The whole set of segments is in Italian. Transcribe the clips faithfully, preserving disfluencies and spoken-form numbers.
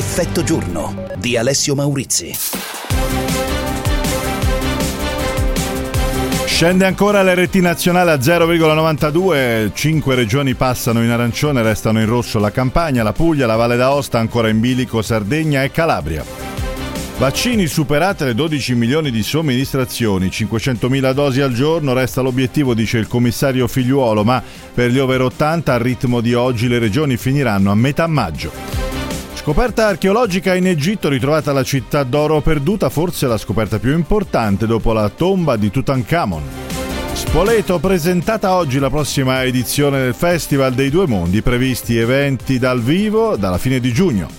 Effetto giorno di Alessio Maurizi. Scende ancora l'R T nazionale a zero virgola novantadue, cinque regioni passano in arancione, restano in rosso la Campania, la Puglia, la Valle d'Aosta, ancora in bilico Sardegna e Calabria. Vaccini, superate le dodici milioni di somministrazioni, cinquecentomila dosi al giorno, resta l'obiettivo, dice il commissario Figliuolo, ma per gli over ottanta al ritmo di oggi le regioni finiranno a metà maggio. Scoperta archeologica in Egitto, ritrovata la città d'oro perduta, forse la scoperta più importante dopo la tomba di Tutankhamon. Spoleto, presentata oggi la prossima edizione del Festival dei Due Mondi, previsti eventi dal vivo dalla fine di giugno.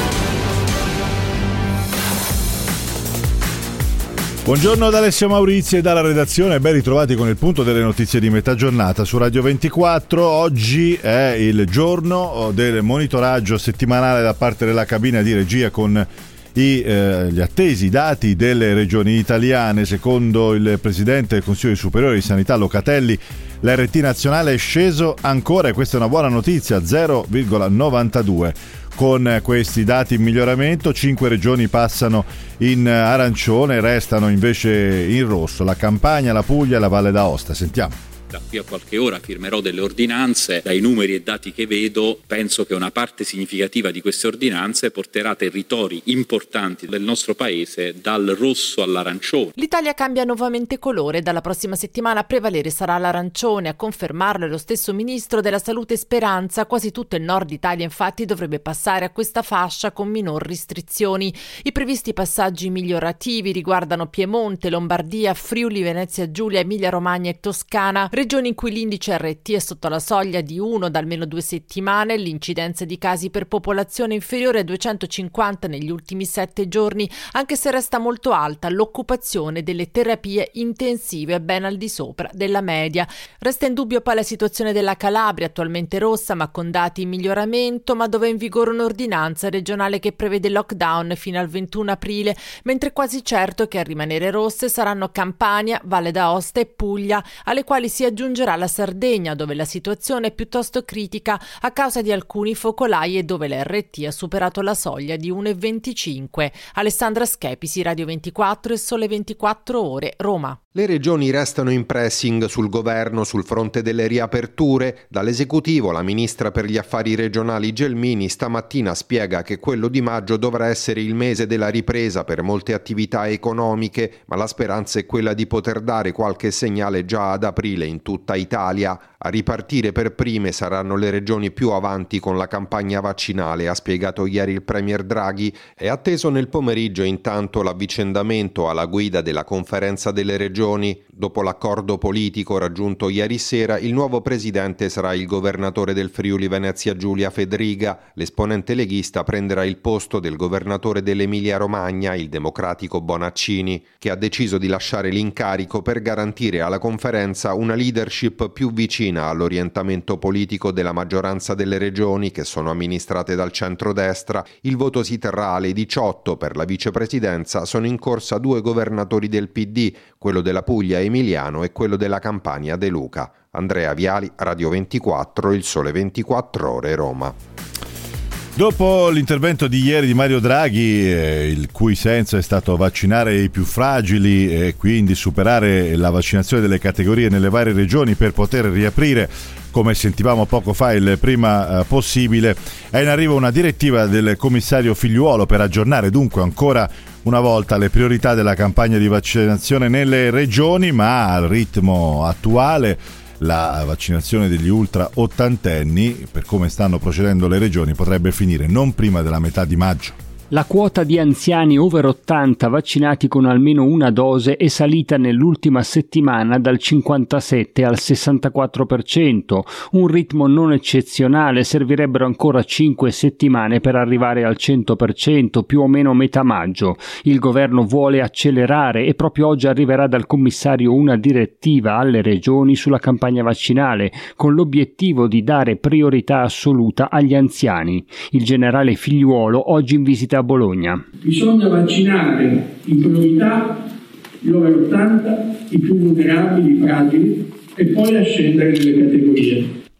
Buongiorno da Alessio Maurizi e dalla redazione, ben ritrovati con il punto delle notizie di metà giornata su Radio ventiquattro. Oggi è il giorno del monitoraggio settimanale da parte della cabina di regia con i, eh, gli attesi dati delle regioni italiane. Secondo il Presidente del Consiglio Superiore di Sanità Locatelli, l'R T nazionale è sceso ancora e questa è una buona notizia, zero virgola novantadue. Con questi dati in miglioramento, cinque regioni passano in arancione, restano invece in rosso la Campania, la Puglia e la Valle d'Aosta. Sentiamo. Da qui a qualche ora firmerò delle ordinanze. Dai numeri e dati che vedo, penso che una parte significativa di queste ordinanze porterà territori importanti del nostro paese dal rosso all'arancione. L'Italia cambia nuovamente colore. Dalla prossima settimana a prevalere sarà l'arancione. A confermarlo è lo stesso ministro della Salute Speranza. Quasi tutto il nord Italia, infatti, dovrebbe passare a questa fascia con minor restrizioni. I previsti passaggi migliorativi riguardano Piemonte, Lombardia, Friuli, Venezia Giulia, Emilia Romagna e Toscana. Regioni in cui l'indice R T è sotto la soglia di uno da almeno due settimane, l'incidenza di casi per popolazione inferiore a duecentocinquanta negli ultimi sette giorni, anche se resta molto alta l'occupazione delle terapie intensive, ben al di sopra della media. Resta in dubbio poi la situazione della Calabria, attualmente rossa ma con dati in miglioramento, ma dove è in vigore un'ordinanza regionale che prevede lockdown fino al ventuno aprile, mentre quasi certo che a rimanere rosse saranno Campania, Valle d'Aosta e Puglia, alle quali si aggiungerà la Sardegna, dove la situazione è piuttosto critica a causa di alcuni focolai e dove l'R T ha superato la soglia di uno virgola venticinque. Alessandra Schepisi, Radio ventiquattro e Sole ventiquattro Ore, Roma. Le regioni restano in pressing sul governo sul fronte delle riaperture. Dall'esecutivo la ministra per gli affari regionali Gelmini stamattina spiega che quello di maggio dovrà essere il mese della ripresa per molte attività economiche, ma la speranza è quella di poter dare qualche segnale già ad aprile in tutta Italia. A ripartire per prime saranno le regioni più avanti con la campagna vaccinale, ha spiegato ieri il premier Draghi. È atteso nel pomeriggio intanto l'avvicendamento alla guida della conferenza delle regioni. Dopo l'accordo politico raggiunto ieri sera, il nuovo presidente sarà il governatore del Friuli Venezia Giulia Fedriga. L'esponente leghista prenderà il posto del governatore dell'Emilia Romagna, il democratico Bonaccini, che ha deciso di lasciare l'incarico per garantire alla conferenza una leadership più vicina all'orientamento politico della maggioranza delle regioni che sono amministrate dal centrodestra. Il voto si terrà alle diciotto. Per la vicepresidenza sono in corsa due governatori del P D, quello della Puglia Emiliano e quello della Campania De Luca. Andrea Viali, Radio ventiquattro, Il Sole ventiquattro Ore, Roma. Dopo l'intervento di ieri di Mario Draghi, eh, il cui senso è stato vaccinare i più fragili e quindi superare la vaccinazione delle categorie nelle varie regioni per poter riaprire, come sentivamo poco fa, il prima eh, possibile, è in arrivo una direttiva del commissario Figliuolo per aggiornare dunque ancora una volta le priorità della campagna di vaccinazione nelle regioni, ma al ritmo attuale la vaccinazione degli ultra ottantenni, per come stanno procedendo le regioni, potrebbe finire non prima della metà di maggio. La quota di anziani over ottanta vaccinati con almeno una dose è salita nell'ultima settimana dal cinquantasette al sessantaquattro per cento, un ritmo non eccezionale. Servirebbero ancora cinque settimane per arrivare al cento per cento, più o meno metà maggio. Il governo vuole accelerare e proprio oggi arriverà dal commissario una direttiva alle regioni sulla campagna vaccinale, con l'obiettivo di dare priorità assoluta agli anziani. Il generale Figliuolo oggi in visita a Bologna. Bisogna vaccinare in priorità gli over ottanta, i più vulnerabili, i fragili, e poi a scendere nelle categorie.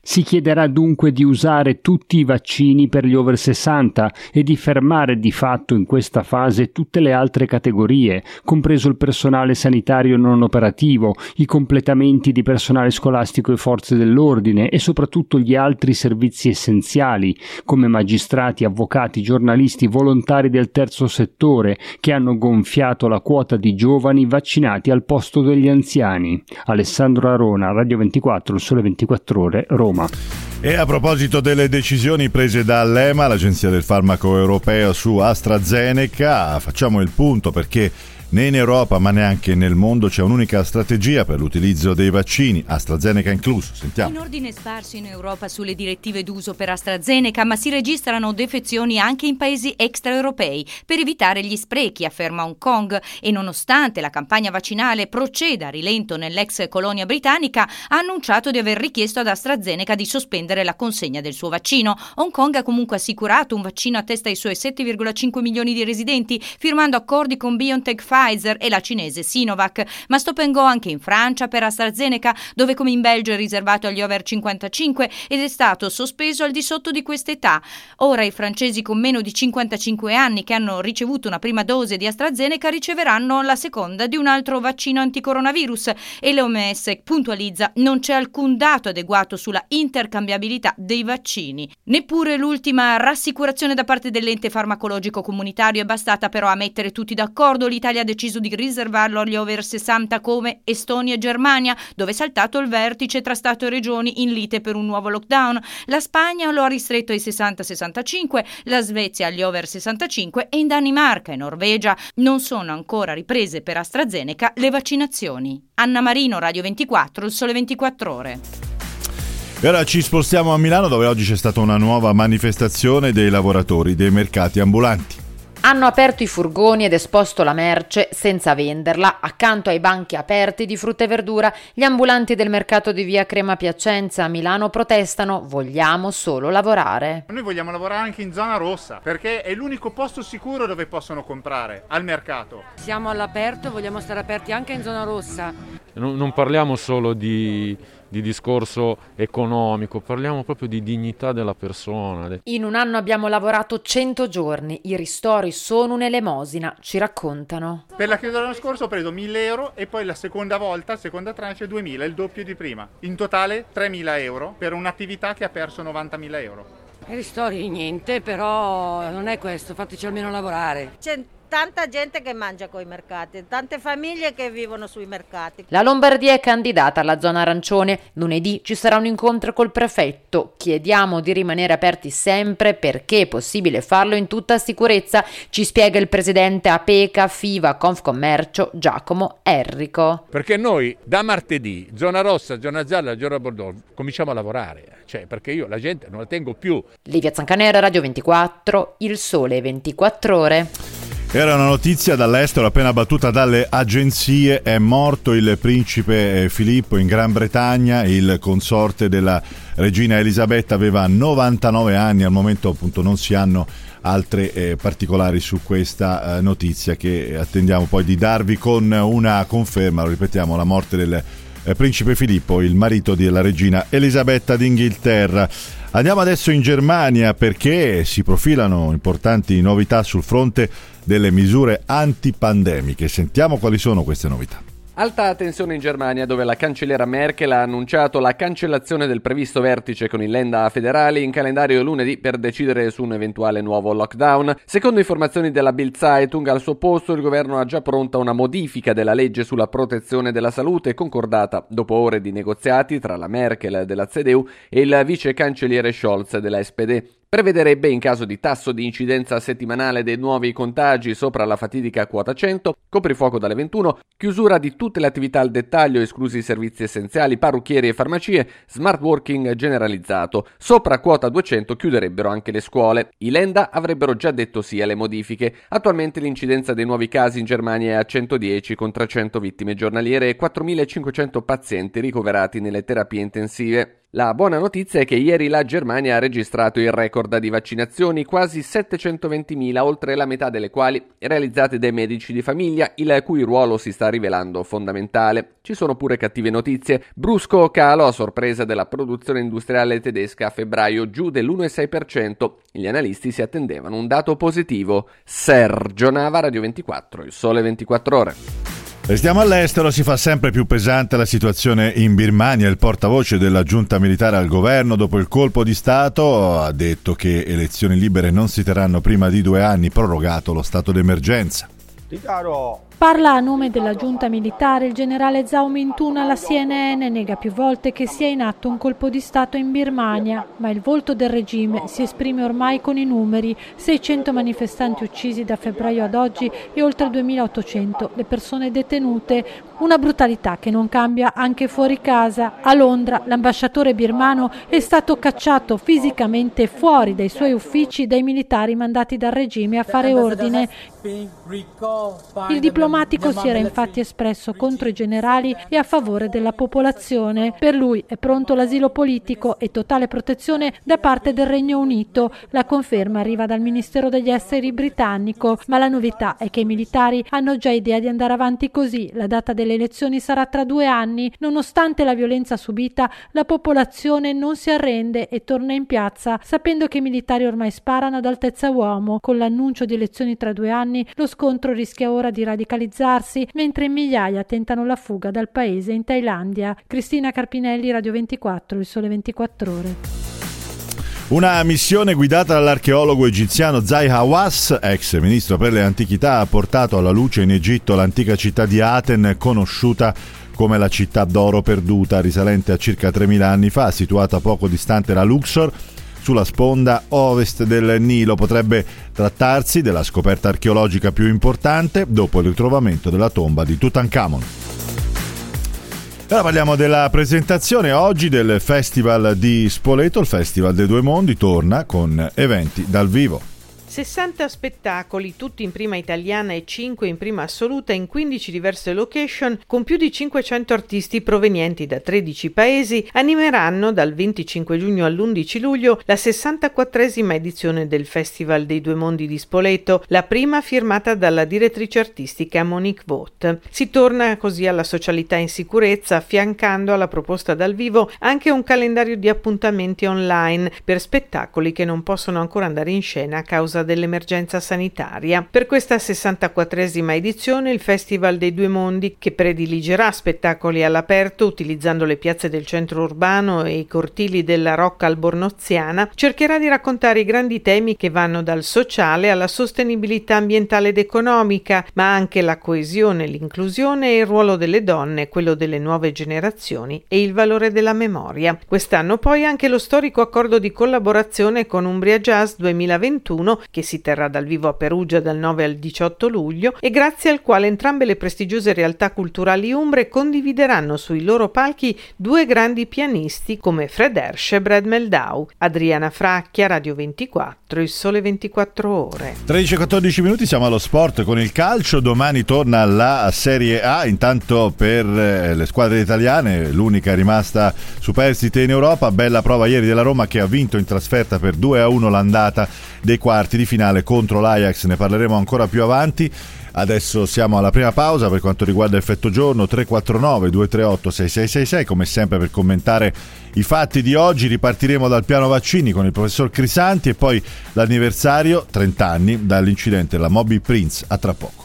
Si chiederà dunque di usare tutti i vaccini per gli over sessanta e di fermare di fatto in questa fase tutte le altre categorie, compreso il personale sanitario non operativo, i completamenti di personale scolastico e forze dell'ordine e soprattutto gli altri servizi essenziali, come magistrati, avvocati, giornalisti, volontari del terzo settore, che hanno gonfiato la quota di giovani vaccinati al posto degli anziani. Alessandro Arona, Radio ventiquattro, il Sole ventiquattro Ore, Roma. E a proposito delle decisioni prese dall'E M A, l'Agenzia del Farmaco Europeo, su AstraZeneca, facciamo il punto perché né in Europa ma neanche nel mondo c'è un'unica strategia per l'utilizzo dei vaccini, AstraZeneca incluso. Sentiamo. In ordine sparso in Europa sulle direttive d'uso per AstraZeneca, ma si registrano defezioni anche in paesi extraeuropei per evitare gli sprechi, afferma Hong Kong, e nonostante la campagna vaccinale proceda a rilento nell'ex colonia britannica, ha annunciato di aver richiesto ad AstraZeneca di sospendere la consegna del suo vaccino. Hong Kong ha comunque assicurato un vaccino a testa ai suoi sette virgola cinque milioni di residenti, firmando accordi con BioNTech Pfizer e la cinese Sinovac, ma stop and go anche in Francia per AstraZeneca, dove come in Belgio è riservato agli over cinquantacinque ed è stato sospeso al di sotto di quest'età. Ora i francesi con meno di cinquantacinque anni che hanno ricevuto una prima dose di AstraZeneca riceveranno la seconda di un altro vaccino anticoronavirus e l'O M S puntualizza: non c'è alcun dato adeguato sulla intercambiabilità dei vaccini. Neppure l'ultima rassicurazione da parte dell'ente farmacologico comunitario è bastata però a mettere tutti d'accordo. L'Italia ha deciso di riservarlo agli over sessanta come Estonia e Germania, dove è saltato il vertice tra Stato e Regioni in lite per un nuovo lockdown. La Spagna lo ha ristretto ai sessanta sessantacinque, la Svezia agli over sessantacinque e in Danimarca e Norvegia non sono ancora riprese per AstraZeneca le vaccinazioni. Anna Marino, Radio ventiquattro, il Sole ventiquattro Ore. E ora ci spostiamo a Milano, dove oggi c'è stata una nuova manifestazione dei lavoratori dei mercati ambulanti. Hanno aperto i furgoni ed esposto la merce senza venderla. Accanto ai banchi aperti di frutta e verdura, gli ambulanti del mercato di via Crema Piacenza a Milano protestano: vogliamo solo lavorare. Noi vogliamo lavorare anche in zona rossa, perché è l'unico posto sicuro dove possono comprare, al mercato. Siamo all'aperto, vogliamo stare aperti anche in zona rossa. Non, non parliamo solo di... di discorso economico, parliamo proprio di dignità della persona. In un anno abbiamo lavorato cento giorni, i ristori sono un'elemosina, ci raccontano. Per la chiusura dell'anno scorso ho preso mille euro e poi la seconda volta, seconda tranche, duemila, il doppio di prima. In totale tremila euro per un'attività che ha perso novantamila euro. I ristori niente, però non è questo, fateci almeno lavorare. C'è tanta gente che mangia coi mercati, tante famiglie che vivono sui mercati. La Lombardia è candidata alla zona arancione. Lunedì ci sarà un incontro col prefetto. Chiediamo di rimanere aperti sempre perché è possibile farlo in tutta sicurezza, ci spiega il presidente APECA FIVA Confcommercio Giacomo Errico. Perché noi da martedì, zona rossa, zona gialla, zona bordeaux, cominciamo a lavorare, cioè perché io la gente non la tengo più. Livia Zancanera, Radio ventiquattro, il Sole ventiquattro Ore. Era una notizia dall'estero appena battuta dalle agenzie: è morto il principe Filippo in Gran Bretagna, il consorte della regina Elisabetta, aveva novantanove anni, al momento appunto non si hanno altre eh, particolari su questa eh, notizia che attendiamo poi di darvi con una conferma. Lo ripetiamo, la morte del eh, principe Filippo, il marito della regina Elisabetta d'Inghilterra. Andiamo adesso in Germania perché si profilano importanti novità sul fronte delle misure antipandemiche. Sentiamo quali sono queste novità. Alta attenzione in Germania, dove la cancelliera Merkel ha annunciato la cancellazione del previsto vertice con i Länder federali in calendario lunedì per decidere su un eventuale nuovo lockdown. Secondo informazioni della Bild Zeitung, al suo posto il governo ha già pronta una modifica della legge sulla protezione della salute concordata dopo ore di negoziati tra la Merkel della C D U e il vice cancelliere Scholz della S P D. Prevederebbe, in caso di tasso di incidenza settimanale dei nuovi contagi sopra la fatidica quota cento, coprifuoco dalle ventuno, chiusura di tutte le attività al dettaglio, esclusi i servizi essenziali, parrucchieri e farmacie, smart working generalizzato. Sopra quota duecento chiuderebbero anche le scuole. I Länder avrebbero già detto sì alle modifiche. Attualmente l'incidenza dei nuovi casi in Germania è a centodieci, con trecento vittime giornaliere e quattromilacinquecento pazienti ricoverati nelle terapie intensive. La buona notizia è che ieri la Germania ha registrato il record di vaccinazioni, quasi settecentoventimila, oltre la metà delle quali realizzate dai medici di famiglia, il cui ruolo si sta rivelando fondamentale. Ci sono pure cattive notizie. Brusco calo a sorpresa della produzione industriale tedesca a febbraio, giù dell'uno virgola sei per cento. Gli analisti si attendevano un dato positivo. Sergio Nava, Radio ventiquattro, Il Sole ventiquattro Ore. Restiamo all'estero, si fa sempre più pesante la situazione in Birmania. Il portavoce della giunta militare al governo, dopo il colpo di Stato, ha detto che elezioni libere non si terranno prima di due anni, prorogato lo stato d'emergenza. Parla a nome della giunta militare il generale Zhao Mintun alla C N N, nega più volte che sia in atto un colpo di Stato in Birmania, ma il volto del regime si esprime ormai con i numeri: seicento manifestanti uccisi da febbraio ad oggi e oltre duemilaottocento le persone detenute, una brutalità che non cambia anche fuori casa. A Londra l'ambasciatore birmano è stato cacciato fisicamente fuori dai suoi uffici dai militari mandati dal regime a fare ordine. Il diplomatico si era infatti espresso contro i generali e a favore della popolazione. Per lui è pronto l'asilo politico e totale protezione da parte del Regno Unito. La conferma arriva dal Ministero degli Esteri britannico, ma la novità è che i militari hanno già idea di andare avanti così. La data delle elezioni sarà tra due anni. Nonostante la violenza subita, la popolazione non si arrende e torna in piazza, sapendo che i militari ormai sparano ad altezza uomo. Con l'annuncio di elezioni tra due anni, lo scontro rischia ora di radicalizzarsi, mentre migliaia tentano la fuga dal paese in Thailandia. Cristina Carpinelli, Radio ventiquattro, Il Sole ventiquattro Ore. Una missione guidata dall'archeologo egiziano Zahi Hawass, ex ministro per le antichità, ha portato alla luce in Egitto l'antica città di Aten, conosciuta come la città d'oro perduta, risalente a circa tremila anni fa, situata poco distante da Luxor, sulla sponda ovest del Nilo. Potrebbe trattarsi della scoperta archeologica più importante dopo il ritrovamento della tomba di Tutankhamon. Ora parliamo della presentazione oggi del Festival di Spoleto. Il Festival dei Due Mondi torna con eventi dal vivo. sessanta spettacoli, tutti in prima italiana e cinque in prima assoluta in quindici diverse location, con più di cinquecento artisti provenienti da tredici paesi, animeranno dal venticinque giugno all'undici luglio la sessantaquattresima edizione del Festival dei Due Mondi di Spoleto, la prima firmata dalla direttrice artistica Monique Vaught. Si torna così alla socialità in sicurezza, affiancando alla proposta dal vivo anche un calendario di appuntamenti online per spettacoli che non possono ancora andare in scena a causa dell'emergenza sanitaria. Per questa sessantaquattresima edizione il Festival dei Due Mondi, che prediligerà spettacoli all'aperto utilizzando le piazze del centro urbano e i cortili della Rocca Albornoziana, cercherà di raccontare i grandi temi che vanno dal sociale alla sostenibilità ambientale ed economica, ma anche la coesione, l'inclusione e il ruolo delle donne, quello delle nuove generazioni e il valore della memoria. Quest'anno poi anche lo storico accordo di collaborazione con Umbria Jazz duemilaventuno, che si terrà dal vivo a Perugia dal nove al diciotto luglio e grazie al quale entrambe le prestigiose realtà culturali umbre condivideranno sui loro palchi due grandi pianisti come Fred Hersch e Brad Meldau. Adriana Fracchia, Radio ventiquattro, Il Sole ventiquattro Ore. tredici e quattordici minuti, siamo allo sport con il calcio. Domani torna la Serie A. Intanto per le squadre italiane, l'unica rimasta superstite in Europa, bella prova ieri della Roma che ha vinto in trasferta per due a uno l'andata dei quarti di finale contro l'Ajax. Ne parleremo ancora più avanti. Adesso siamo alla prima pausa per quanto riguarda Effetto Giorno. Tre quattro nove due tre otto sei sei sei sei, come sempre per commentare i fatti di oggi. Ripartiremo dal piano vaccini con il professor Crisanti e poi l'anniversario, trenta anni dall'incidente della Moby Prince. A tra poco.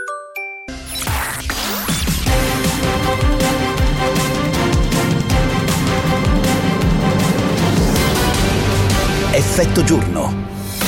Effetto Giorno.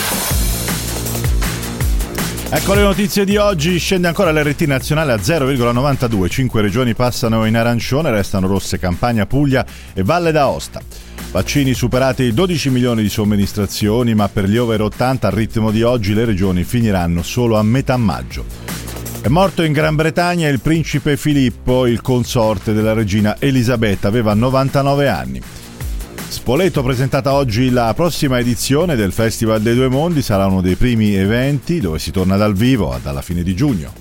Ecco le notizie di oggi. Scende ancora l'R T nazionale a zero virgola novantadue, cinque regioni passano in arancione, restano rosse Campania, Puglia e Valle d'Aosta. Vaccini superati dodici milioni di somministrazioni, ma per gli over ottanta al ritmo di oggi le regioni finiranno solo a metà maggio. È morto in Gran Bretagna il principe Filippo, il consorte della regina Elisabetta, aveva novantanove anni. Spoleto presentata oggi la prossima edizione del Festival dei Due Mondi, sarà uno dei primi eventi dove si torna dal vivo dalla fine di giugno.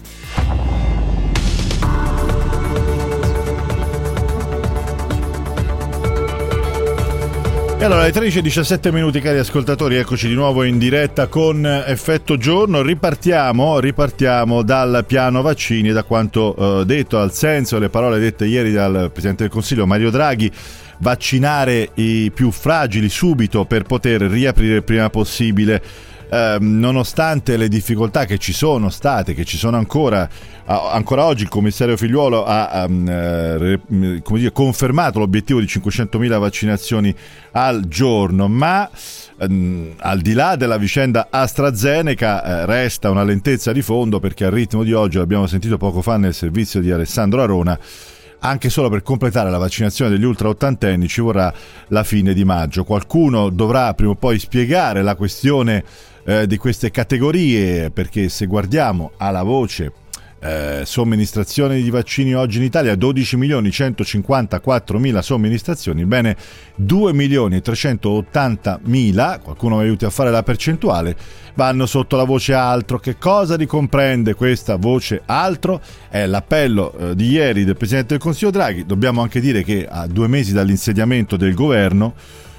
E allora alle tredici e diciassette minuti, cari ascoltatori, eccoci di nuovo in diretta con Effetto Giorno. Ripartiamo, ripartiamo dal piano vaccini, da quanto eh, detto, al senso le parole dette ieri dal Presidente del Consiglio Mario Draghi: vaccinare i più fragili subito per poter riaprire il prima possibile. Eh, nonostante le difficoltà che ci sono state, che ci sono ancora, ancora oggi il commissario Figliuolo ha um, eh, come dire, confermato l'obiettivo di cinquecentomila vaccinazioni al giorno, ma um, al di là della vicenda AstraZeneca eh, resta una lentezza di fondo, perché al ritmo di oggi, l'abbiamo sentito poco fa nel servizio di Alessandro Arona, anche solo per completare la vaccinazione degli ultra ottantenni ci vorrà la fine di maggio. Qualcuno dovrà prima o poi spiegare la questione eh, di queste categorie, perché se guardiamo alla voce eh, somministrazioni di vaccini oggi in Italia, dodici milioni centocinquantaquattromila somministrazioni, bene due milioni trecentottantamila, qualcuno mi aiuti a fare la percentuale, vanno sotto la voce altro. Che cosa ricomprende questa voce altro? È l'appello eh, di ieri del Presidente del Consiglio Draghi. Dobbiamo anche dire che a due mesi dall'insediamento del governo,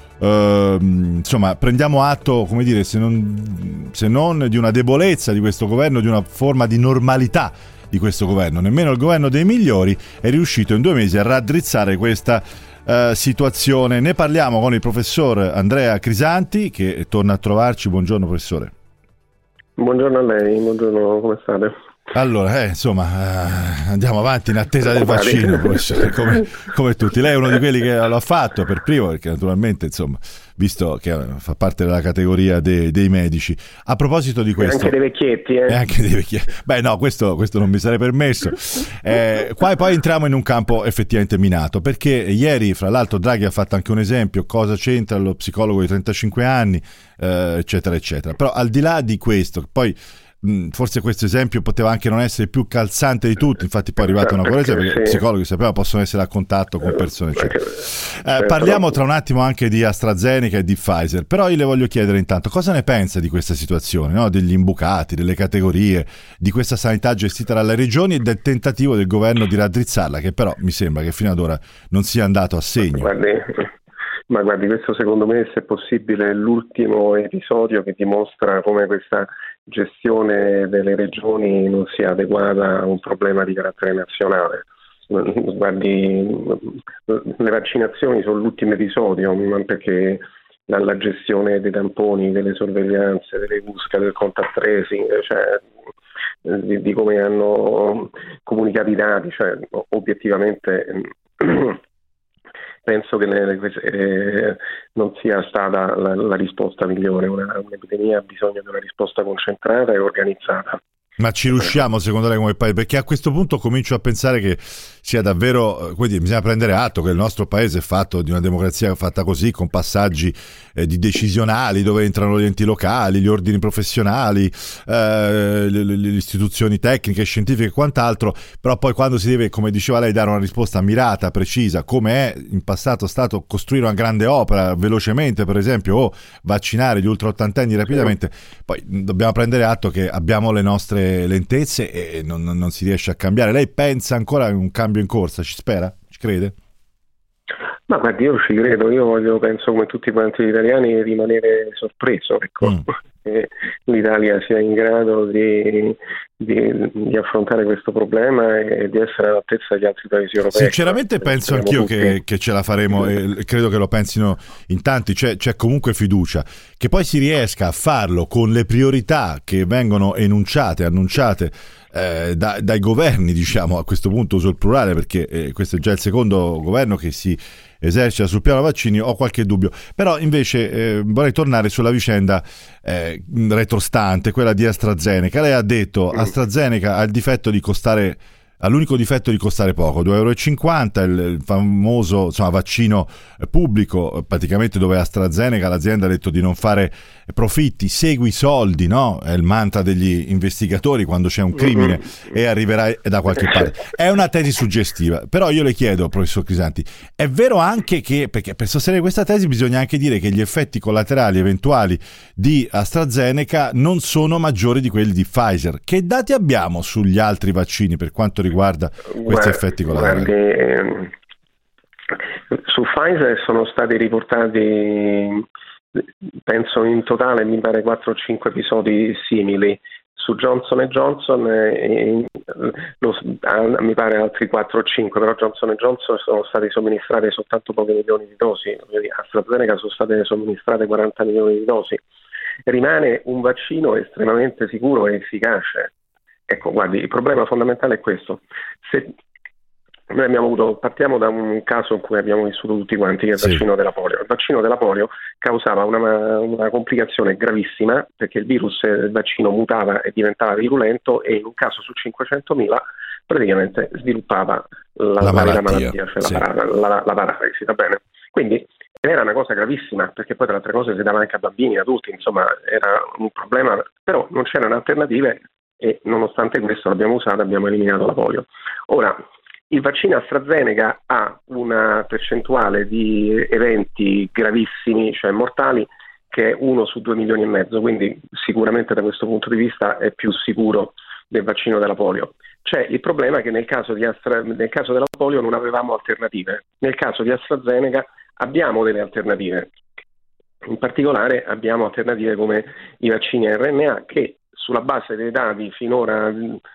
eh, insomma, prendiamo atto, come dire, se non, se non di una debolezza di questo governo, di una forma di normalità di questo governo. Nemmeno il governo dei migliori è riuscito in due mesi a raddrizzare questa uh, situazione. Ne parliamo con il professor Andrea Crisanti, che torna a trovarci. Buongiorno professore. Buongiorno a lei, buongiorno, come state? Allora, eh, insomma, eh, andiamo avanti in attesa del vaccino, professore, come, come tutti. Lei è uno di quelli che lo ha fatto per primo, perché naturalmente, insomma, visto che fa parte della categoria dei, dei medici. A proposito di questo... E anche dei vecchietti, eh? E anche dei vecchietti. Beh, no, questo, questo non mi sarei permesso. Eh, qua poi entriamo in un campo effettivamente minato, perché ieri, fra l'altro, Draghi ha fatto anche un esempio, cosa c'entra lo psicologo di trentacinque anni, eh, eccetera, eccetera. Però al di là di questo, poi... forse questo esempio poteva anche non essere il più calzante di tutti, infatti poi è arrivata una correzione, perché i psicologi, sappiamo, possono essere a contatto con persone, eccetera. Eh, parliamo tra un attimo anche di AstraZeneca e di Pfizer, però io le voglio chiedere intanto cosa ne pensa di questa situazione, no? Degli imbucati, delle categorie, di questa sanità gestita dalle regioni e del tentativo del governo di raddrizzarla, che però mi sembra che fino ad ora non sia andato a segno. Guardi, ma guardi, questo secondo me, se possibile, è l'ultimo episodio che dimostra come questa gestione delle regioni non sia adeguata a un problema di carattere nazionale. Guardi, le vaccinazioni sono l'ultimo episodio, perché la, la gestione dei tamponi, delle sorveglianze, delle busche, del contact tracing, cioè di, di come hanno comunicato i dati, cioè obiettivamente penso che le, eh, non sia stata la, la risposta migliore. Una, un'epidemia ha bisogno di una risposta concentrata e organizzata. Ma ci riusciamo secondo lei come paese? Perché a questo punto comincio a pensare che sia davvero, come dire, bisogna prendere atto che il nostro paese è fatto di una democrazia fatta così, con passaggi eh, di decisionali dove entrano gli enti locali, gli ordini professionali, eh, le, le, le istituzioni tecniche, scientifiche e quant'altro, però poi quando si deve, come diceva lei, dare una risposta mirata, precisa, come è in passato stato costruire una grande opera velocemente, per esempio, o vaccinare gli ultra ottantenni rapidamente, poi dobbiamo prendere atto che abbiamo le nostre lentezze e non, non si riesce a cambiare. Lei pensa ancora a un cambio in corsa? Ci spera? Ci crede? Ma guardi, io ci credo, io voglio, penso come tutti quanti gli italiani, rimanere sorpreso, ecco, mm. che l'Italia sia in grado di, di, di affrontare questo problema e di essere all'altezza degli altri paesi europei. Sinceramente penso anch'io che, che ce la faremo e credo che lo pensino in tanti, c'è, c'è comunque fiducia che poi si riesca a farlo con le priorità che vengono enunciate, annunciate eh, da, dai governi, diciamo, a questo punto uso il plurale perché eh, questo è già il secondo governo che si esercita sul piano vaccini, ho qualche dubbio, però invece eh, vorrei tornare sulla vicenda eh, retrostante, quella di AstraZeneca. Lei ha detto mm. AstraZeneca ha il difetto di costare, ha l'unico difetto di costare poco, due euro e cinquanta, il, il famoso, insomma, vaccino pubblico, praticamente, dove AstraZeneca, l'azienda, ha detto di non fare profitti, segui i soldi, no? È il mantra degli investigatori quando c'è un crimine e arriverai da qualche parte. È una tesi suggestiva, però io le chiedo, professor Crisanti, è vero anche che, perché per sostenere questa tesi bisogna anche dire che gli effetti collaterali eventuali di AstraZeneca non sono maggiori di quelli di Pfizer. Che dati abbiamo sugli altri vaccini per quanto riguarda questi Guarda, effetti collaterali? Guardi, ehm, Su Pfizer sono stati riportati, penso in totale, mi pare quattro o cinque episodi simili. Su Johnson and Johnson eh, lo, ah, mi pare altri quattro o cinque, però Johnson and Johnson sono stati somministrate soltanto pochi milioni di dosi, AstraZeneca sono state somministrate quaranta milioni di dosi. Rimane un vaccino estremamente sicuro e efficace. Ecco, guardi, il problema fondamentale è questo. Se noi abbiamo avuto, partiamo da un caso in cui abbiamo vissuto tutti quanti, che è il sì. vaccino della polio. Il vaccino della polio causava una, una complicazione gravissima, perché il virus del vaccino mutava e diventava virulento, e in un caso su cinquecentomila praticamente sviluppava la, la, malattia. la malattia, cioè sì. la, la, la paralisi, va bene? Quindi era una cosa gravissima, perché poi tra le altre cose si dava anche a bambini, adulti, insomma era un problema, però non c'erano alternative e nonostante questo l'abbiamo usato, abbiamo eliminato la polio. Ora, il vaccino AstraZeneca ha una percentuale di eventi gravissimi, cioè mortali, che è uno su due milioni e mezzo, quindi sicuramente da questo punto di vista è più sicuro del vaccino della polio. C'è il problema che nel caso, di Astra, nel caso della polio non avevamo alternative, nel caso di AstraZeneca abbiamo delle alternative, in particolare abbiamo alternative come i vaccini a R N A che sulla base dei dati finora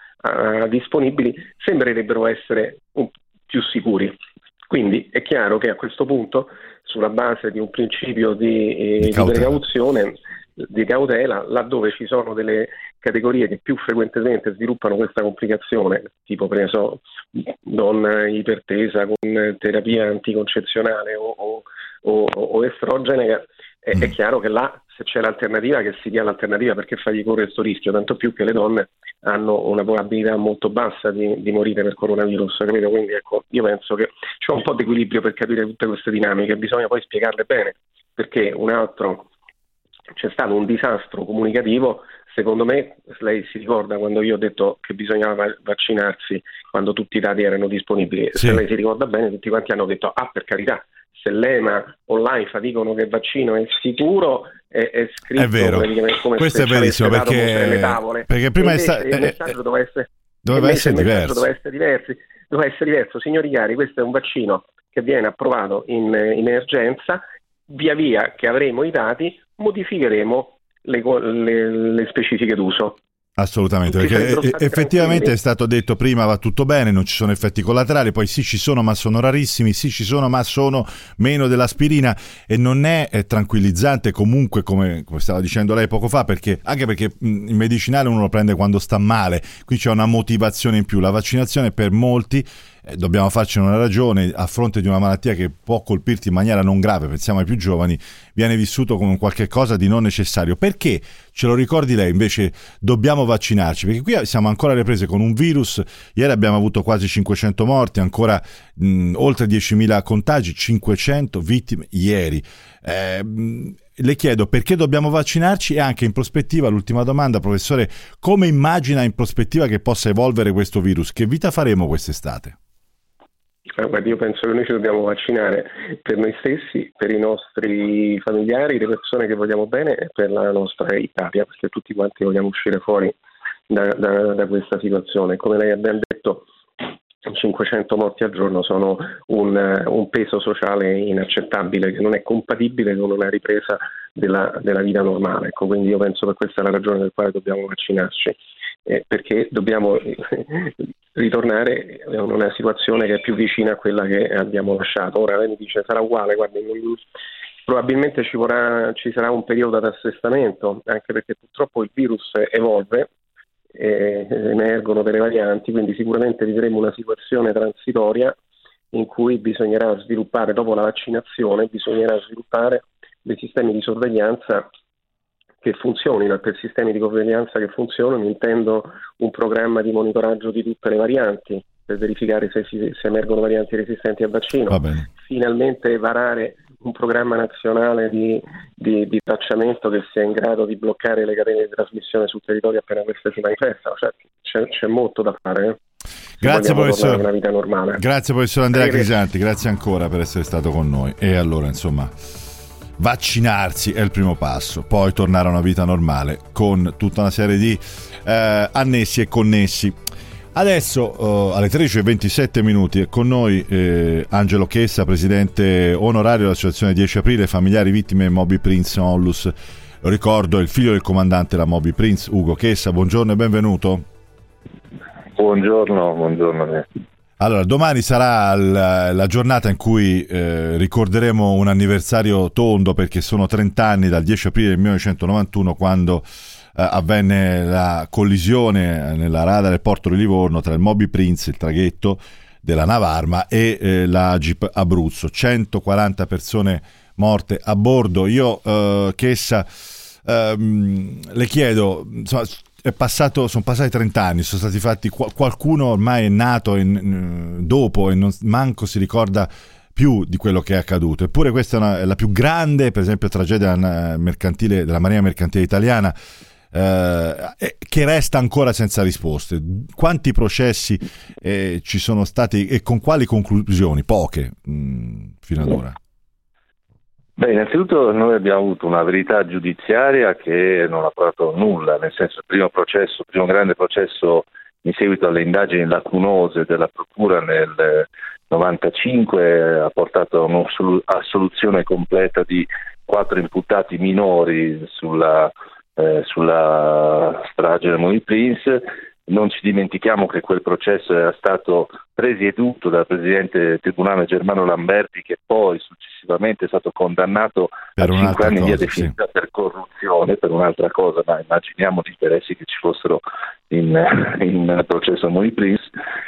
Uh, disponibili sembrerebbero essere un, più sicuri. Quindi è chiaro che a questo punto, sulla base di un principio di, eh, di, di precauzione, di cautela, laddove ci sono delle categorie che più frequentemente sviluppano questa complicazione, tipo per esempio donna ipertesa con terapia anticoncezionale o, o, o, o estrogene, è, mm. è chiaro che là, se c'è l'alternativa, che si dia l'alternativa, perché fargli correre questo rischio, tanto più che le donne hanno una probabilità molto bassa di, di morire per coronavirus, capito? Quindi ecco, io penso che c'è un po' di equilibrio per capire tutte queste dinamiche, bisogna poi spiegarle bene, perché un altro, c'è stato un disastro comunicativo, secondo me, lei si ricorda quando io ho detto che bisognava vaccinarsi quando tutti i dati erano disponibili, sì. Se lei si ricorda bene, tutti quanti hanno detto, ah, per carità, se l'EMA online fa dicono che il vaccino è sicuro, è, è scritto, è vero. Come questo se è verissimo, perché, le tavole. perché prima invece, è sta... il messaggio doveva essere, doveva essere diverso. Doveva essere diverso. Doveva essere diverso, signori cari, questo è un vaccino che viene approvato in, in emergenza, via via che avremo i dati, modificheremo le, le, le specifiche d'uso. Assolutamente, perché effettivamente è stato detto prima va tutto bene, non ci sono effetti collaterali, poi sì ci sono ma sono rarissimi, sì ci sono ma sono meno dell'aspirina, e non è, è tranquillizzante comunque, come, come stava dicendo lei poco fa, perché anche perché il medicinale uno lo prende quando sta male, qui c'è una motivazione in più. La vaccinazione per molti, eh, dobbiamo farcene una ragione, a fronte di una malattia che può colpirti in maniera non grave, pensiamo ai più giovani, viene vissuto come un qualche cosa di non necessario. Perché, ce lo ricordi lei, invece dobbiamo vaccinarci? Perché qui siamo ancora alle prese con un virus, ieri abbiamo avuto quasi cinquecento morti, ancora mh, oltre diecimila contagi, cinquecento vittime ieri. Eh, mh, le chiedo perché dobbiamo vaccinarci, e anche in prospettiva, l'ultima domanda, professore, come immagina in prospettiva che possa evolvere questo virus? Che vita faremo quest'estate? Io penso che noi ci dobbiamo vaccinare per noi stessi, per i nostri familiari, le persone che vogliamo bene, e per la nostra Italia, perché tutti quanti vogliamo uscire fuori da, da, da questa situazione. Come lei ha ben detto, cinquecento morti al giorno sono un, un peso sociale inaccettabile, che non è compatibile con una ripresa della, della vita normale. Ecco, quindi io penso che questa è la ragione per quale dobbiamo vaccinarci. Eh, perché dobbiamo eh, ritornare in una situazione che è più vicina a quella che abbiamo lasciato. Ora lei mi dice sarà uguale, guardi, non, probabilmente ci, vorrà, ci sarà un periodo di assestamento, anche perché purtroppo il virus evolve, eh, emergono delle varianti, quindi sicuramente vivremo una situazione transitoria in cui bisognerà sviluppare, dopo la vaccinazione, bisognerà sviluppare dei sistemi di sorveglianza che funzionino, e per sistemi di sorveglianza che funzionano intendo un programma di monitoraggio di tutte le varianti per verificare se, si, se emergono varianti resistenti al vaccino, finalmente varare un programma nazionale di, di, di tracciamento che sia in grado di bloccare le catene di trasmissione sul territorio appena queste si manifestano. Cioè, c'è, c'è molto da fare, eh? Grazie professore. Una vita normale. Grazie professor Andrea Crisanti, grazie ancora per essere stato con noi. E allora, insomma, vaccinarsi è il primo passo, poi tornare a una vita normale con tutta una serie di eh, annessi e connessi. Adesso uh, alle tredici e ventisette minuti è con noi eh, Angelo Chessa, presidente onorario dell'associazione dieci aprile, familiari vittime Moby Prince Onlus. Lo ricordo, è il figlio del comandante della Moby Prince, Ugo Chessa. Buongiorno e benvenuto. Buongiorno, buongiorno. Allora, domani sarà la, la giornata in cui eh, ricorderemo un anniversario tondo, perché sono trenta anni dal dieci aprile del millenovecentonovantuno, quando eh, avvenne la collisione nella rada del porto di Livorno tra il Moby Prince, il traghetto della Navarma, e eh, la Jeep Abruzzo. centoquaranta persone morte a bordo. Io, eh, Chessa, ehm, le chiedo, insomma, è passato, sono passati trenta anni, sono stati fatti, qualcuno ormai è nato in, dopo e non manco si ricorda più di quello che è accaduto, eppure questa è, una, è la più grande, per esempio, tragedia mercantile della Marina Mercantile Italiana, eh, che resta ancora senza risposte. Quanti processi eh, ci sono stati e con quali conclusioni? Poche mh, fino ad ora. Beh, innanzitutto noi abbiamo avuto una verità giudiziaria che non ha portato nulla, nel senso il primo processo, il primo grande processo in seguito alle indagini lacunose della Procura nel novantacinque ha portato a un'assoluzione completa di quattro imputati minori sulla, eh, sulla strage del Moby Prince. Non ci dimentichiamo che quel processo era stato presieduto dal presidente del Tribunale Germano Lamberti, che poi successivamente è stato condannato per a cinque anni in via definitiva sì. per corruzione, per un'altra cosa, ma immaginiamo gli interessi che ci fossero in, in processo Moby Prince.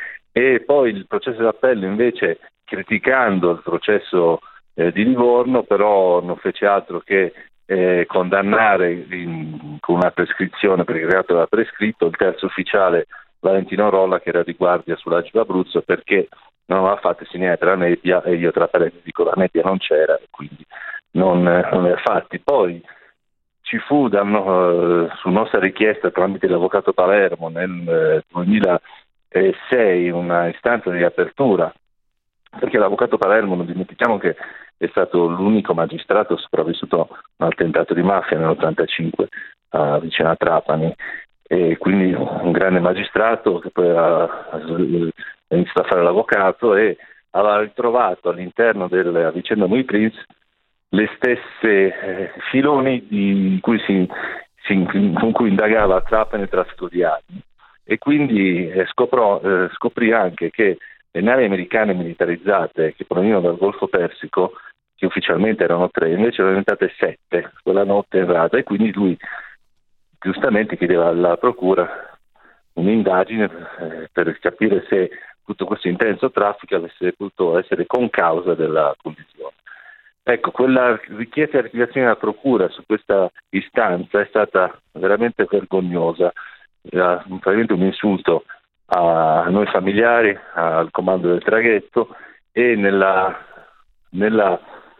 E poi il processo d'appello invece, criticando il processo eh, di Livorno, però non fece altro che Eh, condannare in, con una prescrizione, perché il reato era prescritto, il terzo ufficiale Valentino Rolla, che era di guardia sulla Jeep Abruzzo, perché non aveva fatto segnare la nebbia, e io tra parentesi dico la nebbia non c'era, quindi non, non ne ha fatti. Poi ci fu da, no, su nostra richiesta tramite l'avvocato Palermo nel eh, duemilasei una istanza di apertura, perché l'avvocato Palermo, non dimentichiamo che è stato l'unico magistrato sopravvissuto al tentato di mafia nell'ottantacinque a vicino a Trapani, e quindi un grande magistrato che poi ha, ha iniziato a fare l'avvocato e aveva ritrovato all'interno della vicenda Moby Prince le stesse eh, filoni di cui si, si, con cui indagava a Trapani il traffico di armi, e quindi eh, scoprò, eh, scoprì anche che le navi americane militarizzate che provenivano dal Golfo Persico, che ufficialmente erano tre, invece erano diventate sette quella notte in rada, e quindi lui giustamente chiedeva alla procura un'indagine eh, per capire se tutto questo intenso traffico avesse potuto essere concausa della collisione. Ecco, quella richiesta di archiviazione della procura su questa istanza è stata veramente vergognosa, era probabilmente un insulto a noi familiari, al comando del traghetto, e nella, nella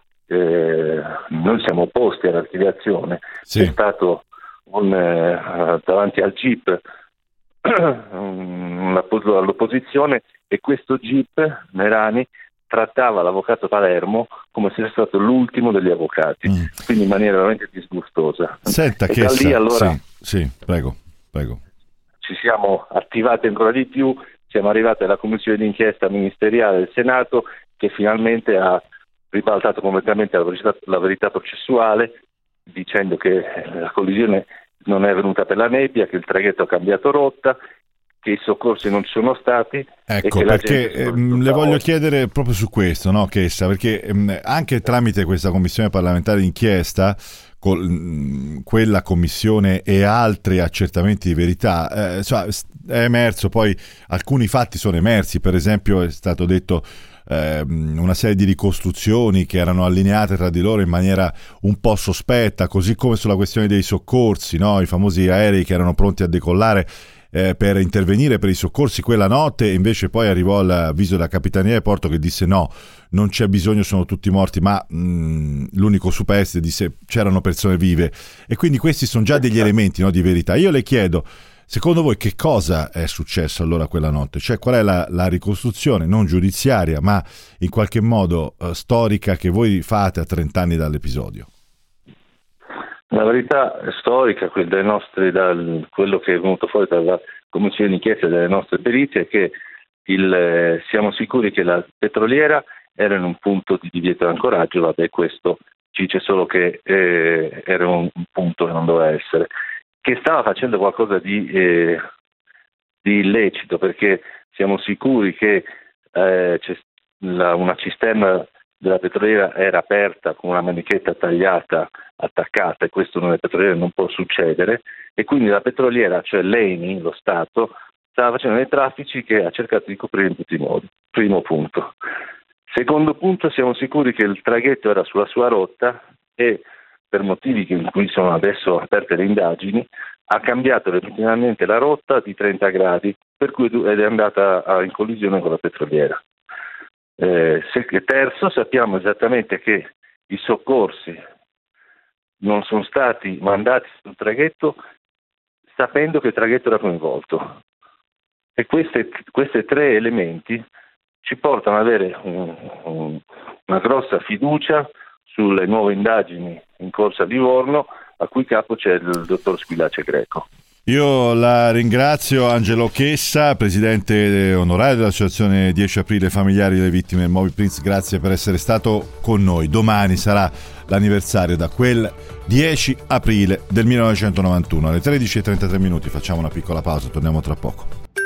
eh, noi siamo opposti all'archiviazione. Sì. È stato un, eh, davanti al G I P all'opposizione, e questo G I P Merani trattava l'avvocato Palermo come se fosse stato l'ultimo degli avvocati, mm. quindi in maniera veramente disgustosa. Senta, e che da lì sa... allora sì, sì, prego, prego. Ci siamo attivati ancora di più, siamo arrivati alla commissione d'inchiesta ministeriale del Senato, che finalmente ha ribaltato completamente la verità, la verità processuale, dicendo che la collisione non è venuta per la nebbia, che il traghetto ha cambiato rotta, che i soccorsi non ci sono stati. Ecco, e che perché ehm, le voglio chiedere proprio su questo, no, Chessa, perché ehm, anche tramite questa commissione parlamentare d'inchiesta, con quella commissione e altri accertamenti di verità, eh, insomma, è emerso, poi alcuni fatti sono emersi, per esempio è stato detto eh, una serie di ricostruzioni che erano allineate tra di loro in maniera un po' sospetta, così come sulla questione dei soccorsi, no? I famosi aerei che erano pronti a decollare Eh, per intervenire per i soccorsi quella notte, e invece poi arrivò l'avviso della Capitaneria di Porto che disse no, non c'è bisogno, sono tutti morti, ma mh, l'unico superstite disse c'erano persone vive, e quindi questi sono già degli elementi, no, di verità. Io le chiedo, secondo voi che cosa è successo allora quella notte? Cioè, qual è la, la ricostruzione non giudiziaria ma in qualche modo eh, storica che voi fate a trenta anni dall'episodio? La verità storica, quel delle nostre, dal, quello che è venuto fuori dalla commissione d'inchiesta delle nostre perizie, è che il, eh, siamo sicuri che la petroliera era in un punto di divieto di ancoraggio, vabbè, questo ci dice solo che eh, era un, un punto che non doveva essere, che stava facendo qualcosa di, eh, di illecito, perché siamo sicuri che eh, c'è la, una cisterna della petroliera era aperta con una manichetta tagliata, attaccata, e questo nelle petroliere non può succedere, e quindi la petroliera, cioè l'E N I, lo Stato, stava facendo dei traffici che ha cercato di coprire in tutti i modi. Primo punto. Secondo punto, siamo sicuri che il traghetto era sulla sua rotta e, per motivi in cui sono adesso aperte le indagini, ha cambiato repentinamente la rotta di trenta gradi, per cui ed è andata in collisione con la petroliera. Eh, terzo, sappiamo esattamente che i soccorsi non sono stati mandati sul traghetto sapendo che il traghetto era coinvolto, e questi questi tre elementi ci portano ad avere un, un, una grossa fiducia sulle nuove indagini in corso a Livorno, a cui capo c'è il dottor Squillace Greco. Io la ringrazio, Angelo Chessa, presidente onorario dell'associazione dieci aprile Familiari delle Vittime del Moby Prince, grazie per essere stato con noi. Domani sarà l'anniversario da quel dieci aprile del millenovecentonovantuno. Alle tredici e trentatré minuti facciamo una piccola pausa, torniamo tra poco.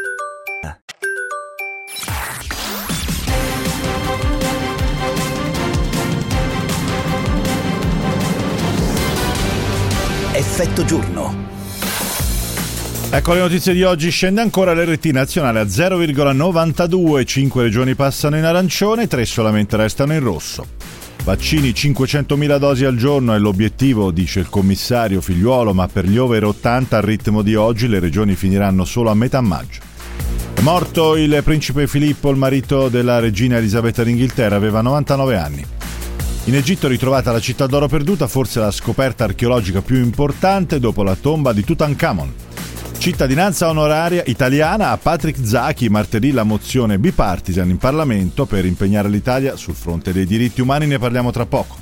Effetto giorno. Ecco le notizie di oggi. Scende ancora l'R T nazionale a zero virgola novantadue, cinque regioni passano in arancione, tre solamente restano in rosso. Vaccini, cinquecentomila dosi al giorno è l'obiettivo, dice il commissario Figliuolo, ma per gli over ottanta al ritmo di oggi le regioni finiranno solo a metà maggio. È morto il principe Filippo, il marito della regina Elisabetta d'Inghilterra, aveva novantanove anni. In Egitto ritrovata la città d'oro perduta, forse la scoperta archeologica più importante dopo la tomba di Tutankhamon. Cittadinanza onoraria italiana a Patrick Zaki, martedì la mozione bipartisan in Parlamento per impegnare l'Italia sul fronte dei diritti umani, ne parliamo tra poco.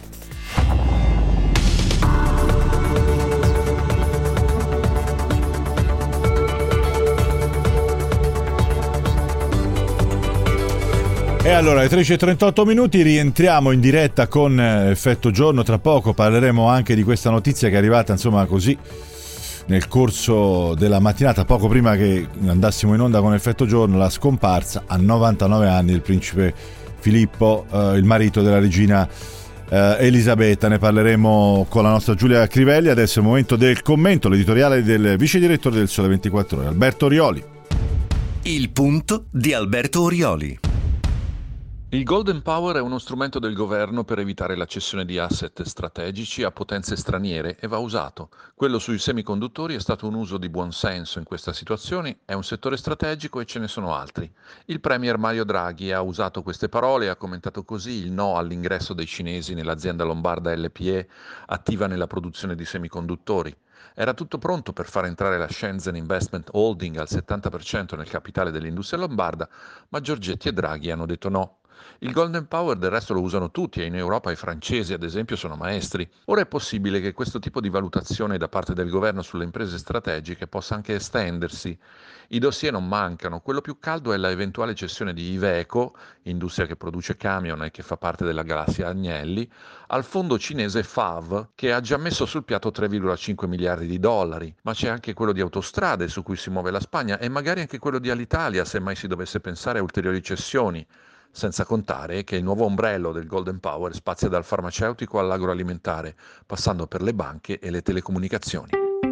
E allora, alle tredici e trentotto minuti rientriamo in diretta con Effetto Giorno. Tra poco parleremo anche di questa notizia che è arrivata, insomma, così nel corso della mattinata, poco prima che andassimo in onda con Effetto Giorno, la scomparsa a novantanove anni del principe Filippo, eh, il marito della regina eh, Elisabetta. Ne parleremo con la nostra Giulia Crivelli. Adesso è il momento del commento, l'editoriale del vice direttore del Sole ventiquattro Ore, Alberto Orioli. Il punto di Alberto Orioli. Il Golden Power è uno strumento del governo per evitare la cessione di asset strategici a potenze straniere e va usato. Quello sui semiconduttori è stato un uso di buon senso in questa situazione, è un settore strategico e ce ne sono altri. Il premier Mario Draghi ha usato queste parole e ha commentato così il no all'ingresso dei cinesi nell'azienda lombarda L P E, attiva nella produzione di semiconduttori. Era tutto pronto per far entrare la Shenzhen Investment Holding al settanta per cento nel capitale dell'industria lombarda, ma Giorgetti e Draghi hanno detto no. Il Golden Power del resto lo usano tutti e in Europa i francesi ad esempio sono maestri. Ora è possibile che questo tipo di valutazione da parte del governo sulle imprese strategiche possa anche estendersi. I dossier non mancano, quello più caldo è la eventuale cessione di Iveco, industria che produce camion e che fa parte della galassia Agnelli, al fondo cinese F A V, che ha già messo sul piatto tre virgola cinque miliardi di dollari, ma c'è anche quello di autostrade su cui si muove la Spagna e magari anche quello di Alitalia se mai si dovesse pensare a ulteriori cessioni. Senza contare che il nuovo ombrello del Golden Power spazia dal farmaceutico all'agroalimentare, passando per le banche e le telecomunicazioni.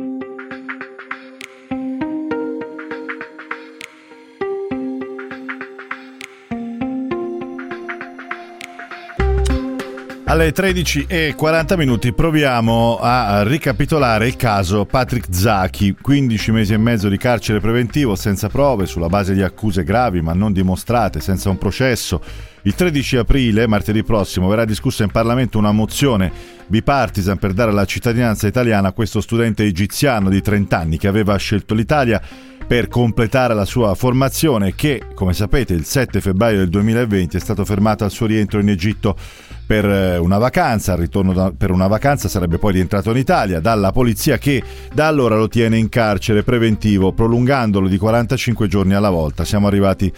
Alle tredici e quaranta minuti proviamo a ricapitolare il caso Patrick Zaki, quindici mesi e mezzo di carcere preventivo senza prove, sulla base di accuse gravi ma non dimostrate, senza un processo. Il tredici aprile, martedì prossimo, verrà discussa in Parlamento una mozione bipartisan per dare la cittadinanza italiana a questo studente egiziano di trenta anni che aveva scelto l'Italia per completare la sua formazione, che, come sapete, il sette febbraio del duemilaventi è stato fermato al suo rientro in Egitto per una vacanza, al ritorno da, per una vacanza sarebbe poi rientrato in Italia dalla polizia che da allora lo tiene in carcere preventivo, prolungandolo di quarantacinque giorni alla volta. Siamo arrivati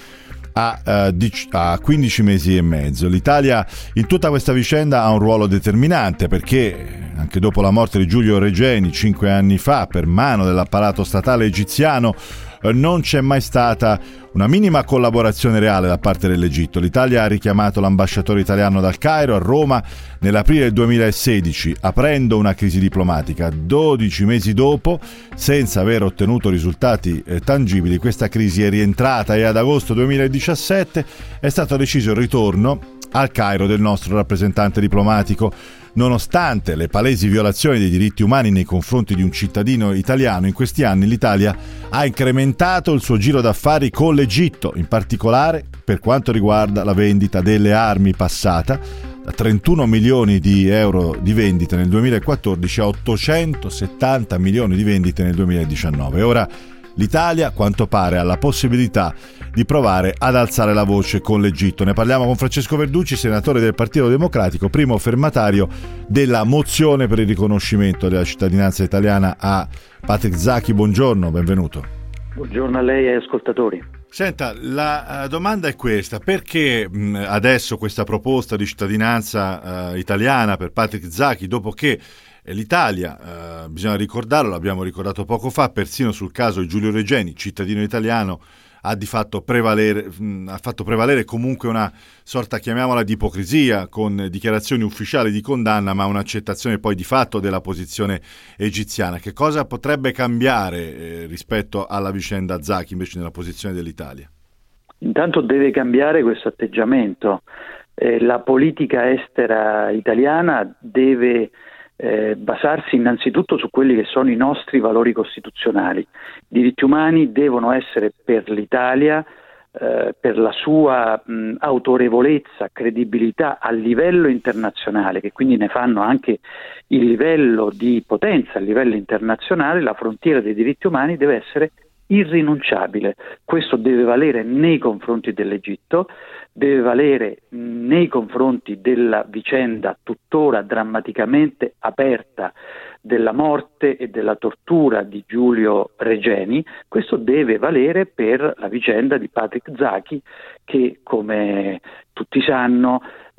A, uh, a quindici mesi e mezzo. L'Italia in tutta questa vicenda ha un ruolo determinante, perché anche dopo la morte di Giulio Regeni cinque anni fa per mano dell'apparato statale egiziano uh, non c'è mai stata una minima collaborazione reale da parte dell'Egitto. L'Italia ha richiamato l'ambasciatore italiano dal Cairo a Roma nell'aprile del duemilasedici, aprendo una crisi diplomatica. dodici mesi dopo, senza aver ottenuto risultati eh, tangibili, questa crisi è rientrata e ad agosto duemiladiciassette è stato deciso il ritorno al Cairo del nostro rappresentante diplomatico. Nonostante le palesi violazioni dei diritti umani nei confronti di un cittadino italiano, in questi anni l'Italia ha incrementato il suo giro d'affari con l'Egitto, in particolare per quanto riguarda la vendita delle armi, passata da trentuno milioni di euro di vendite nel duemilaquattordici a ottocentosettanta milioni di vendite nel duemiladiciannove. Ora l'Italia, a quanto pare, ha la possibilità di provare ad alzare la voce con l'Egitto. Ne parliamo con Francesco Verducci, senatore del Partito Democratico, primo firmatario della mozione per il riconoscimento della cittadinanza italiana a Patrick Zaki. Buongiorno, benvenuto. Buongiorno a lei e agli ascoltatori. Senta, la uh, domanda è questa: perché mh, adesso questa proposta di cittadinanza uh, italiana per Patrick Zaki, dopo che l'Italia, uh, bisogna ricordarlo, l'abbiamo ricordato poco fa, persino sul caso di Giulio Regeni, cittadino italiano, ha di fatto prevalere, mh, ha fatto prevalere comunque una sorta, chiamiamola, di ipocrisia, con dichiarazioni ufficiali di condanna, ma un'accettazione poi di fatto della posizione egiziana. Che cosa potrebbe cambiare eh, rispetto alla vicenda Zaki invece nella posizione dell'Italia? Intanto deve cambiare questo atteggiamento. Eh, la politica estera italiana deve Eh, basarsi innanzitutto su quelli che sono i nostri valori costituzionali. I diritti umani devono essere per l'Italia, eh, per la sua mh, autorevolezza, credibilità a livello internazionale, che quindi ne fanno anche il livello di potenza a livello internazionale, la frontiera dei diritti umani deve essere irrinunciabile. Questo deve valere nei confronti dell'Egitto, deve valere nei confronti della vicenda tuttora drammaticamente aperta della morte e della tortura di Giulio Regeni. Questo deve valere per la vicenda di Patrick Zaki, che, come tutti sanno,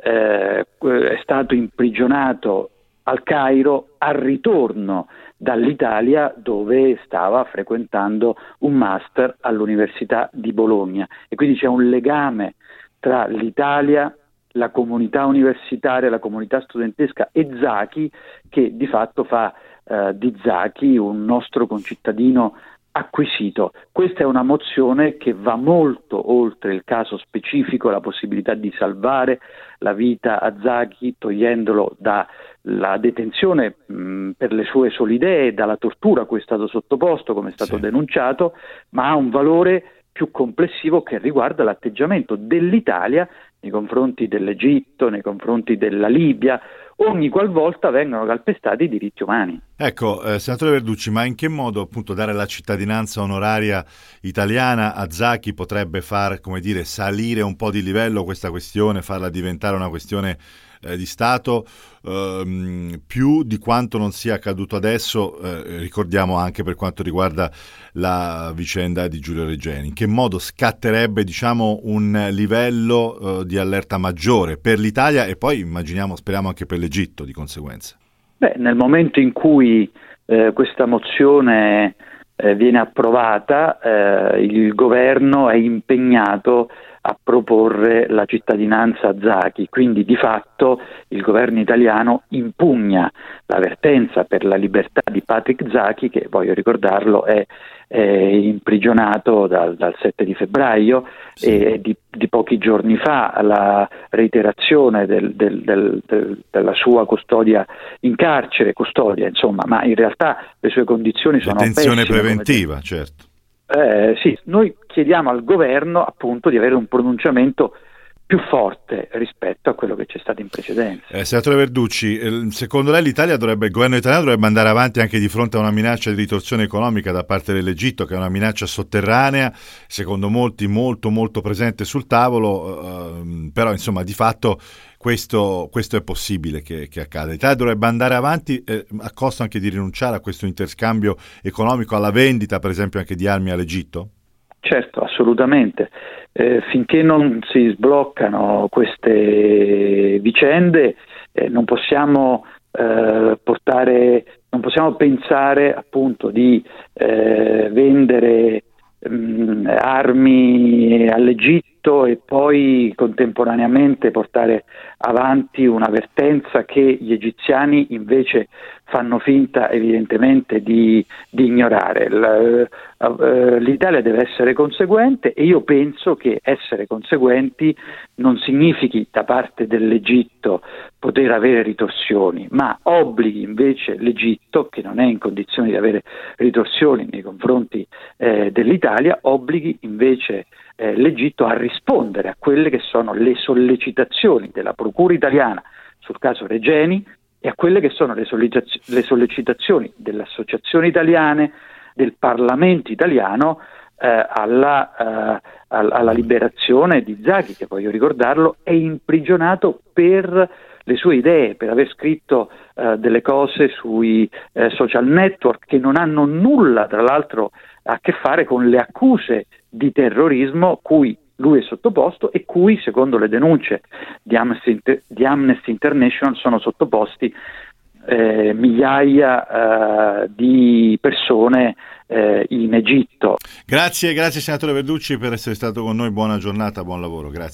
eh, è stato imprigionato al Cairo al ritorno dall'Italia, dove stava frequentando un master all'Università di Bologna, e quindi c'è un legame tra l'Italia, la comunità universitaria, la comunità studentesca e Zaki, che di fatto fa eh, di Zaki un nostro concittadino acquisito. Questa è una mozione che va molto oltre il caso specifico, la possibilità di salvare la vita a Zaki togliendolo dalla detenzione mh, per le sue sole idee, dalla tortura a cui è stato sottoposto, come è stato sì. denunciato, ma ha un valore più complessivo che riguarda l'atteggiamento dell'Italia nei confronti dell'Egitto, nei confronti della Libia, ogni qualvolta vengono calpestati i diritti umani. Ecco, eh, senatore Verducci, ma in che modo appunto dare la cittadinanza onoraria italiana a Zaki potrebbe far, come dire, salire un po' di livello questa questione, farla diventare una questione eh, di Stato, ehm, più di quanto non sia accaduto adesso, eh, ricordiamo anche per quanto riguarda la vicenda di Giulio Regeni? In che modo scatterebbe, diciamo, un livello eh, di allerta maggiore per l'Italia e poi immaginiamo, speriamo anche per l'Egitto di conseguenza? Beh, nel momento in cui eh, questa mozione eh, viene approvata, eh, il governo è impegnato a proporre la cittadinanza a Zaki, quindi di fatto il governo italiano impugna la vertenza per la libertà di Patrick Zaki, che, voglio ricordarlo, è, è imprigionato dal, dal sette di febbraio sì. e di, di pochi giorni fa la reiterazione del, del, del, del, della sua custodia in carcere, custodia insomma, ma in realtà le sue condizioni sono pessime. Detenzione preventiva, certo. Eh, sì, noi chiediamo al governo appunto di avere un pronunciamento più forte rispetto a quello che c'è stato in precedenza. Eh, senatore Verducci, secondo lei l'Italia dovrebbe, il governo italiano dovrebbe andare avanti anche di fronte a una minaccia di ritorsione economica da parte dell'Egitto, che è una minaccia sotterranea, secondo molti molto molto presente sul tavolo, eh, però insomma di fatto questo, questo è possibile che, che accada. L'Italia dovrebbe andare avanti eh, a costo anche di rinunciare a questo interscambio economico, alla vendita per esempio anche di armi all'Egitto? Certo, assolutamente. Eh, finché non si sbloccano queste vicende eh, non possiamo eh, portare, non possiamo pensare appunto di eh, vendere mh, armi all'Egitto e poi contemporaneamente portare avanti una vertenza che gli egiziani invece fanno finta evidentemente di, di ignorare. L'Italia deve essere conseguente e io penso che essere conseguenti non significhi da parte dell'Egitto poter avere ritorsioni, ma obblighi invece l'Egitto, che non è in condizioni di avere ritorsioni nei confronti eh, dell'Italia, obblighi invece eh, l'Egitto a rispondere a quelle che sono le sollecitazioni della Procura italiana sul caso Regeni e a quelle che sono le, sollecitazio- le sollecitazioni delle associazioni italiane, del Parlamento italiano eh, alla, eh, alla liberazione di Zaki, che voglio ricordarlo è imprigionato per le sue idee, per aver scritto eh, delle cose sui eh, social network che non hanno nulla tra l'altro a che fare con le accuse di terrorismo cui lui è sottoposto e cui, secondo le denunce di Amnesty, di Amnesty International, sono sottoposti eh, migliaia eh, di persone eh, in Egitto. Grazie, grazie senatore Verducci per essere stato con noi, buona giornata, buon lavoro, grazie.